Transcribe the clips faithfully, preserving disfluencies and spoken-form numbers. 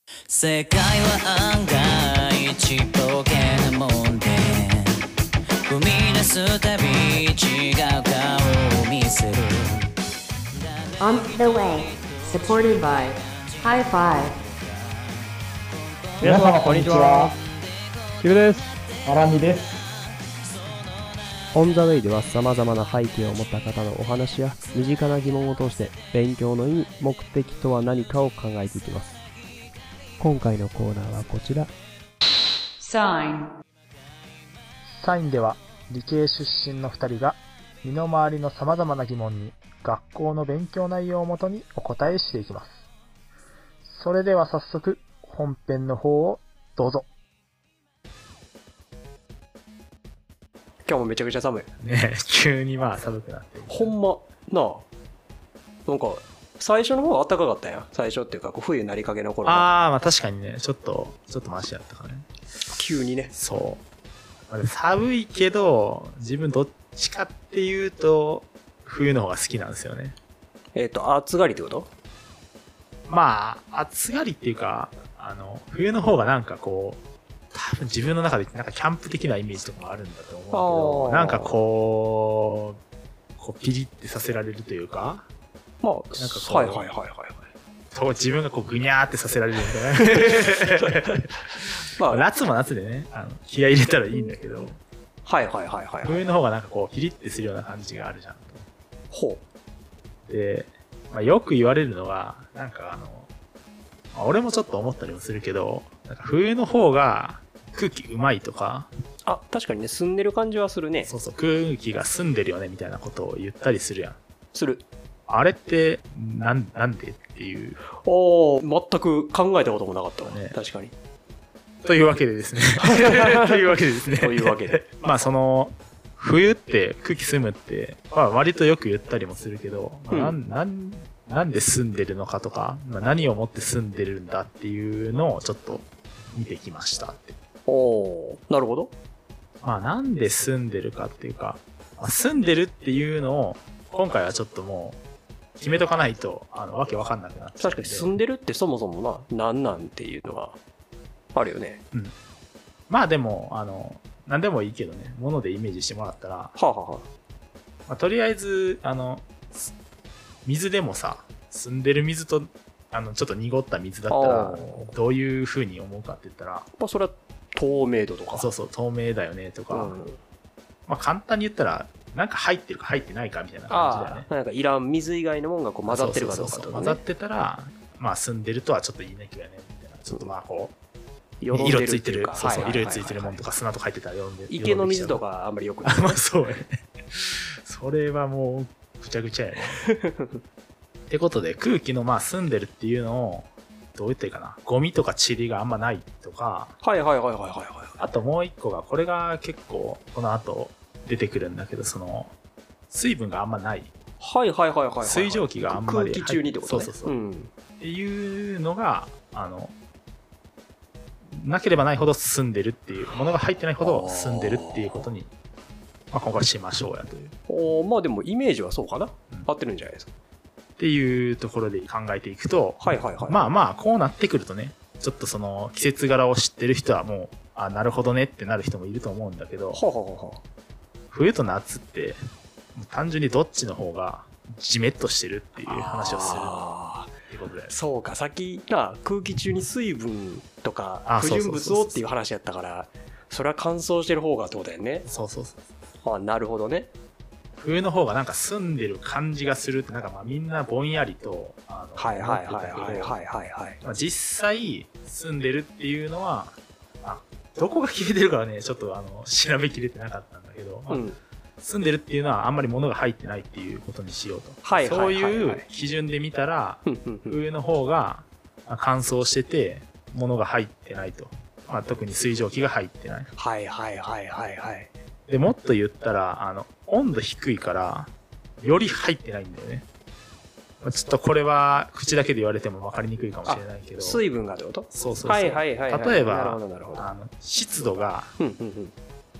世界は案外ちっぽけなもんで踏み出すたび違う顔を見せる On the way, supported by High Five。 皆様こんにちは。 キムです。 アラミです。 オンザウェイでは様々な背景を持った方のお話や身近な疑問を通して勉強の意味、目的とは何かを考えていきます。今回のコーナーはこちら。 サイン。 サインでは理系出身のふたりが身の回りの様々な疑問に学校の勉強内容をもとにお答えしていきます。それでは早速本編の方をどうぞ。 今日もめちゃくちゃ寒いねえ、急にまあ寒くなってほんまなあ。なんか最初の方は暖かかったやん。最初っていうかこう冬なりかけの頃ああ、まあ確かにね、ちょっとちょっとマシやったかね。 急にね。 そう、まあ、寒いけど自分どっちかっていうと冬の方が好きなんですよね。 えっと暑がりってこと？ まあ暑がりっていうか、あの冬の方がなんかこう多分自分の中でなんかキャンプ的なイメージとかもあるんだと思うけど、なんかこうこうピリってさせられるというか、 まあなんかこう、 はいはいはいはいはい、 と自分がこうグニャーってさせられるみたいなまあ夏も夏でね、あの気合い入れたらいいんだけど、 はいはいはいはい、 冬の方がなんかこうピリってするような感じがあるじゃんと。 ほうで、まあ、よく言われるのはなんかあの、まあ、俺もちょっと思ったりもするけど、なんか冬の方が空気うまいとか、 あ、確かにね、澄んでる感じはするね。 そうそう、空気が澄んでるよねみたいなことを言ったりするやん。 する。 あれってなんなんでっていう。 おー、全く考えたこともなかったわね。確かに。 というわけでですねというわけでですねというわけでまあその冬って空気澄むって、まあ、割とよく言ったりもするけど、うん、まあ、なんなんなんで澄んでるのかとか、まあ、何をもって澄んでるんだっていうのをちょっと見てきましたって。 おー、なるほど。 まあなんで澄んでるかっていうか、まあ、澄んでるっていうのを今回はちょっともう決めとかないとあのわけわかんなくなって。 確かに澄んでるってそもそもな、なんなんっていうのはあるよね。 うん。まあでもあの何でもいいけどね、ものでイメージしてもらったら、はあはあはあ、 まあ、とりあえずあの水でもさ、澄んでる水とあのちょっと濁った水だったらどういう風に思うかって言ったら、 まあそれは透明度とか、 そうそう透明だよねとか、うん、まあ簡単に言ったらなんか入ってるか入ってないかみたいな感じだよね。 なんかいらん水以外のもんがこう混ざってるかどうかとか、ね、 混ざってたらまあ澄んでるとはちょっと言いにくいよねみたいな、ちょっとまあこう色ついてる、そうそう、色ついてるもんとか砂とか入ってたら読んで、 池の水とかあんまりよくない。 まあそうやね。それはもうぐちゃぐちゃやね。ってことで空気のまあ澄んでるっていうのをどう言ったらいいかな、ゴミとか塵があんまないとか、 はいはいはいはいはいはい。 あともう一個がこれが結構この後出てくるんだけど、その水分があんまない。 はいはいはいはい、はい。 水蒸気があんまり空気中にってことね。 そうそうそう。 うん、 っていうのがあの。なければないほど澄んでるっていう、ものが入ってないほど澄んでるっていうことに、まあ、今回しましょうやという。 おまあでもイメージはそうかな、うん、合ってるんじゃないですかっていうところで考えていくと、 はいはいはい、 まあまあこうなってくるとね、ちょっとその季節柄を知ってる人はもうあなるほどねってなる人もいると思うんだけど、 はははは冬と夏って単純にどっちの方がジメッとしてるっていう話をするってことだよね。 そうか、さっきな空気中に水分とか不純物をっていう話やったから、それは乾燥してる方がってことだよね。 そうそうそう。 あ、なるほどね。 冬の方がなんか澄んでる感じがするって、なんかまあみんなぼんやりとあのはいはいはいはいはいはいはい。 まあ、実際澄んでるっていうのは、あ、どこが切れてるかはねちょっとあの調べきれてなかったんだけど、まあ、うん、澄んでるっていうのはあんまり物が入ってないっていうことにしようと、はいはいはいはい、そういう基準で見たら上の方が乾燥してて物が入ってないと、まあ、特に水蒸気が入ってない。 はいはいはいはいはい。 でもっと言ったらあの温度低いからより入ってないんだよね。ちょっとこれは口だけで言われても分かりにくいかもしれないけど、 水分がってこと？ そうそうそう。 はいはいはいはい。 例えばあの湿度が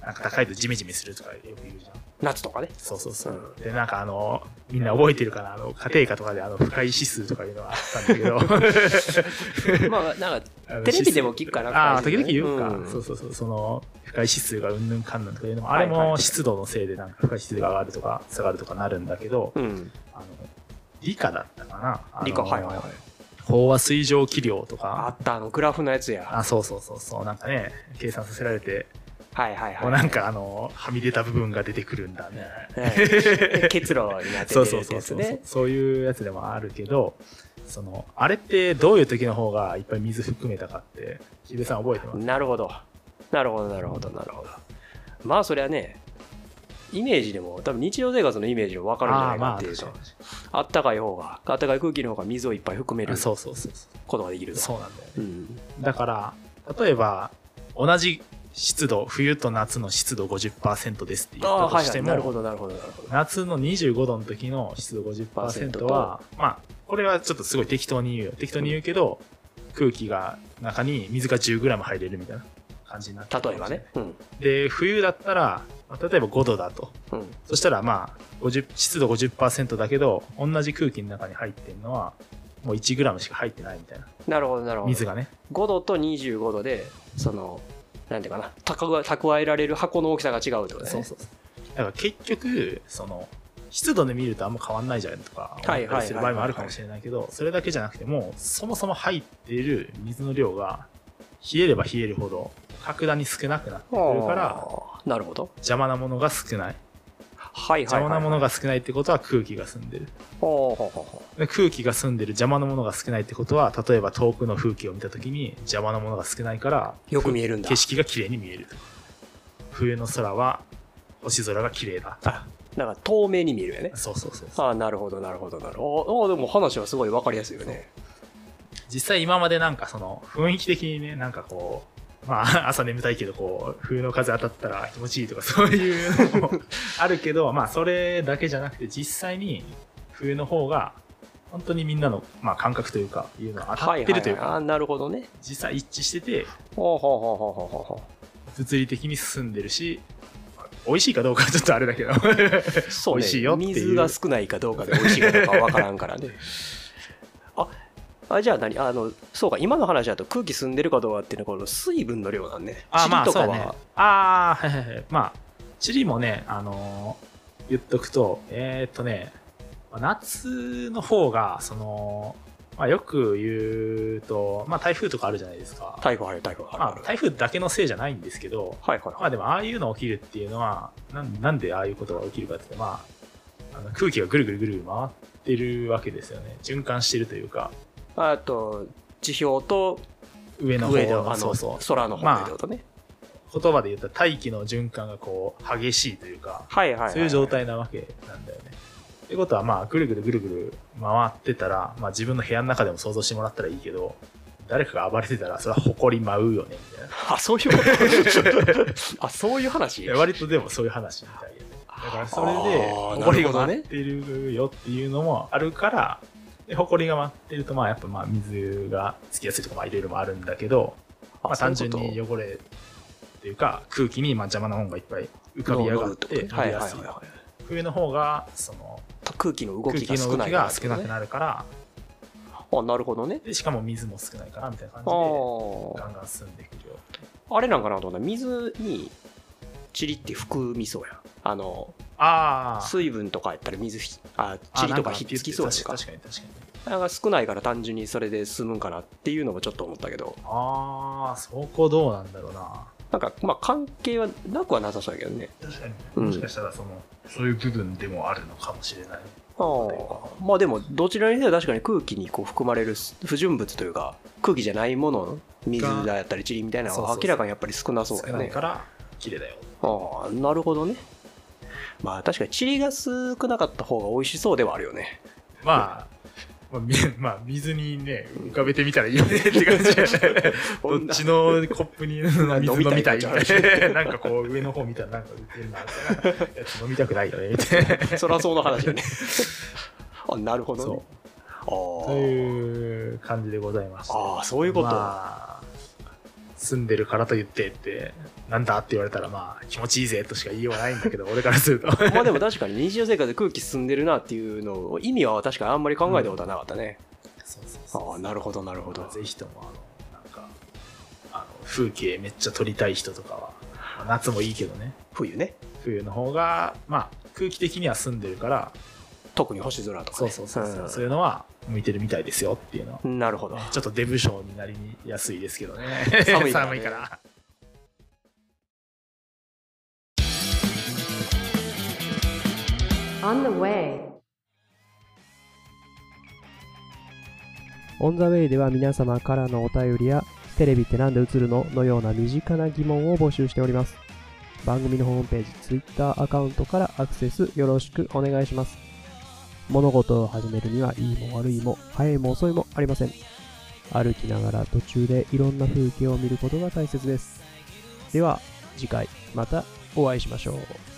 なんか高いとジメジメするとかよく言うじゃん。 夏とかね。 そうそうそう。うん、で、なんかあの、みんな覚えてるかな、あの、家庭科とかであの、不快指数とかいうのがあったんだけど。 まあ、なんか、テレビでも聞くかな、ね。 ああ、時々言うか、うん。そうそうそう。その、不快指数がうんぬんかんぬんとかいうのも、あれも湿度のせいでなんか不快指数が上がるとか下がるとかなるんだけど、うん、あの、理科だったかな。 理科、はいはいはい。 飽和水蒸気量とか。 あった、あの、グラフのやつや。 あ、そうそうそうそう。なんかね、計算させられて、 はいはいはい。 もうなんかあの、はみ出た部分が出てくるんだね。 結露になってるやつね。そうそうそうそう。 そういうやつでもあるけど、その、あれってどういう時の方がいっぱい水含めたかって、木部さん覚えてます？ なるほど。なるほどなるほどなるほど。まあそれはね、イメージでも、多分日常生活のイメージでも分かるんじゃないかっていうと、あったかい方が、あったかい空気の方が水をいっぱい含めることができると。 そうなんだよね。うん、だから、例えば、同じ湿度、冬と夏の湿度 ごじゅっパーセント ですって言ったとしても、夏のにじゅうごどの時の湿度 ごじゅっパーセント は、まあ、これはちょっとすごい適当に言うよ。適当に言うけど、空気が、中に水が じゅうグラム 入れるみたいな感じになってる。 例えばね。うん、 で、冬だったら、例えばごどだと。うん、そしたらまあ、ごじゅう湿度 ごじゅっパーセント だけど、同じ空気の中に入ってるのは、もう いちグラム しか入ってないみたいな。 なるほど、なるほど。 水がね。 ごどとにじゅうごどで、その、なんていうかな、蓄えられる箱の大きさが違うってことね。 そうそうそう。だから結局、その、湿度で見るとあんま変わんないじゃんとか思ったりする場合もあるかもしれないけど、それだけじゃなくても、そもそも入っている水の量が、冷えれば冷えるほど、格段に少なくなってくるから、 なるほど。 邪魔なものが少ない。 はいはいはいはい、 邪魔なものが少ないってことは空気が澄んでる。 ほうほうほうほう。で空気が澄んでる邪魔なものが少ないってことは、例えば遠くの風景を見たときに邪魔なものが少ないから、 よく見えるんだ。 景色が綺麗に見える。冬の空は星空が綺麗だ。 あ、だから透明に見えるよね。 そうそうそうそう。 ああ、なるほどなるほどなるほど。ああ、でも話はすごい分かりやすいよね。 実際今までなんかその雰囲気的にね、なんかこう、まあ、朝眠たいけど、こう、冬の風当たったら気持ちいいとか、そういうのもあるけど、まあ、それだけじゃなくて、実際に冬の方が、本当にみんなの、まあ、感覚というか、いうのは当たってるというか、 はいはいはい、あ、なるほどね。 実際一致してて、 ほうほうほうほうほうほう。物理的に進んでるし、美味しいかどうかはちょっとあれだけど、 そうね、 美味しいよっていう。 水が少ないかどうかで美味しいかどうかは分からんからね。あ、あ、じゃあ何あの、そうか、今の話だと空気澄んでるかどうかっていうのは、この水分の量なんね。 あ、まあ、 とかは。 そうね。ああ、はいはいはい。まあ、塵もね、あのー、言っとくと、えー、っとね、夏の方が、その、まあ、よく言うと、まあ、台風とかあるじゃないですか。 台風ある、台風ある。 まあ、台風だけのせいじゃないんですけど、 はいはいはい。 まあ、でも、ああいうの起きるっていうのは、なん、なんでああいうことが起きるかって、まあ、あの空気がぐるぐるぐるぐる回ってるわけですよね。循環してるというか。 あと、地表と上の方の、 そうそう、空の方ってことね。 まあ、言葉で言ったら大気の循環がこう、激しいというか、 はいはいはいはい、 そういう状態なわけなんだよね。ってことは、まあ、ぐるぐるぐるぐる回ってたら、まあ自分の部屋の中でも想像してもらったらいいけど、誰かが暴れてたら、それは埃舞うよね、みたいな。 あ、そういうことあ、そういう話割とでもそういう話みたいで。だからそれで、埃が舞ってるよっていうのもあるから、で、埃が舞ってると、まあやっぱまあ水がつきやすいとか、まあいろいろもあるんだけど、まあ単純に汚れっていうか、空気にまあ邪魔なものがいっぱい浮かび上がって乗りやすい。冬の方が、その、 空気の動きが少ない、 ね、が少なくなるから、 あ、なるほどね。 でしかも水も少ないからみたいな感じでガンガン進んでいくよ。 あれなんかなと思ったら水に塵って含みそうや。あのあ水分とかやったら水あ塵とかひっつきそうですか。 確かに確かに。 なんか少ないから単純にそれで済むんかなっていうのもちょっと思ったけど。 ああ、そこどうなんだろうな。 なんかまあ関係はなくはなさそうやけどね。 確かに。もしかしたらその、うん、そういう部分でもあるのかもしれない。 ああ、まあでもどちらにせよ確かに空気にこう含まれる不純物というか空気じゃないもの、水だったり塵みたいなのは明らかにやっぱり少なそうやね。 少ないから綺麗だよ。 ああ、なるほどね。まあ確かに塵が少なかった方が美味しそうではあるよね。 まあ。まあ、まあ、水にね、浮かべてみたらいいよねって感じで、どっちのコップに水飲みたいみたいな。なんかこう上の方見たらなんか浮いてるなみたいな。やつ飲みたくないよねみたいな。 そらそうの話よね。あ、なるほどね。 そう。という感じでございました。 ああ、そういうこと。 まあ、 住んでるからと言ってってなんだって言われたらまあ気持ちいいぜとしか言いようがないんだけど俺からするとまあでも確かに日常生活で空気澄んでるなっていうのを意味は確かにあんまり考えたことはなかったね、 うん、そうそうそうああなるほどなるほど。 ぜひともあのなんかあの風景めっちゃ撮りたい人とかは、まあ、夏もいいけどね冬ね冬の方がまあ空気的には澄んでるから特に星空とか、ね、 そうそうそうそう、 うん、 そういうのは向いてるみたいですよっていうのはなるほど。 ちょっとデブ賞になりやすいですけどね寒いから、ね、 寒いから On the way. On the way では皆様からのお便りやテレビってなんで映るののような身近な疑問を募集しております。番組のホームページ、Twitter アカウントからアクセスよろしくお願いします。物事を始めるにはいいも悪いも早いも遅いもありません。歩きながら途中でいろんな風景を見ることが大切です。では次回またお会いしましょう。